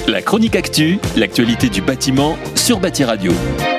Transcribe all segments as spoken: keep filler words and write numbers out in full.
La chronique actu, l'actualité du bâtiment sur Bâti Radio.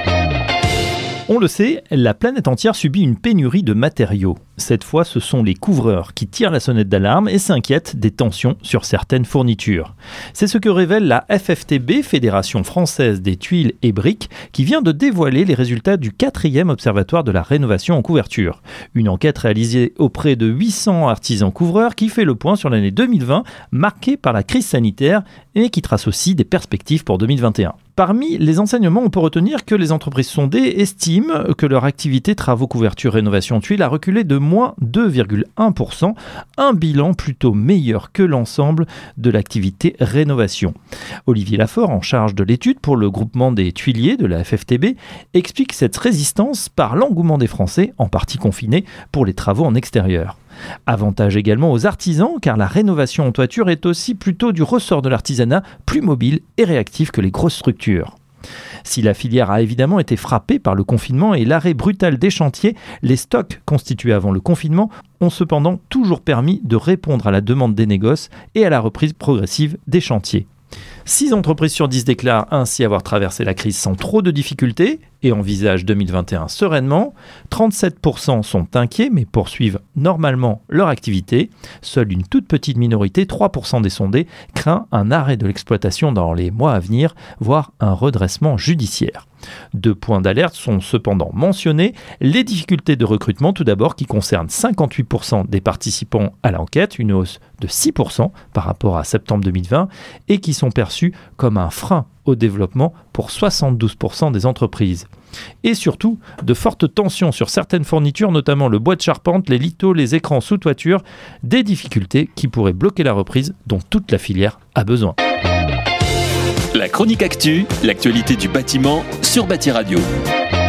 On le sait, la planète entière subit une pénurie de matériaux. Cette fois, ce sont les couvreurs qui tirent la sonnette d'alarme et s'inquiètent des tensions sur certaines fournitures. C'est ce que révèle la F F T B, Fédération française des tuiles et briques, qui vient de dévoiler les résultats du quatrième observatoire de la rénovation en couverture. Une enquête réalisée auprès de huit cents artisans couvreurs qui fait le point sur l'année deux mille vingt, marquée par la crise sanitaire et qui trace aussi des perspectives pour deux mille vingt et un. Parmi les enseignements, on peut retenir que les entreprises sondées estiment que leur activité travaux couverture rénovation tuiles a reculé de moins deux virgule un pour cent, un bilan plutôt meilleur que l'ensemble de l'activité rénovation. Olivier Lafort, en charge de l'étude pour le groupement des tuiliers de la F F T B, explique cette résistance par l'engouement des Français, en partie confinés, pour les travaux en extérieur. Avantage également aux artisans, car la rénovation en toiture est aussi plutôt du ressort de l'artisanat, plus mobile et réactif que les grosses structures. Si la filière a évidemment été frappée par le confinement et l'arrêt brutal des chantiers, les stocks constitués avant le confinement ont cependant toujours permis de répondre à la demande des négoces et à la reprise progressive des chantiers. six entreprises sur dix déclarent ainsi avoir traversé la crise sans trop de difficultés et envisagent deux mille vingt et un sereinement. trente-sept pour cent sont inquiets mais poursuivent normalement leur activité. Seule une toute petite minorité, trois pour cent des sondés, craint un arrêt de l'exploitation dans les mois à venir, voire un redressement judiciaire. Deux points d'alerte sont cependant mentionnés. Les difficultés de recrutement tout d'abord qui concernent cinquante-huit pour cent des participants à l'enquête, une hausse de six pour cent par rapport à septembre deux mille vingt et qui sont perçus comme un frein au développement pour soixante-douze pour cent des entreprises. Et surtout, de fortes tensions sur certaines fournitures, notamment le bois de charpente, les lithos, les écrans sous toiture, des difficultés qui pourraient bloquer la reprise dont toute la filière a besoin. La chronique actu, l'actualité du bâtiment sur Bâti Radio.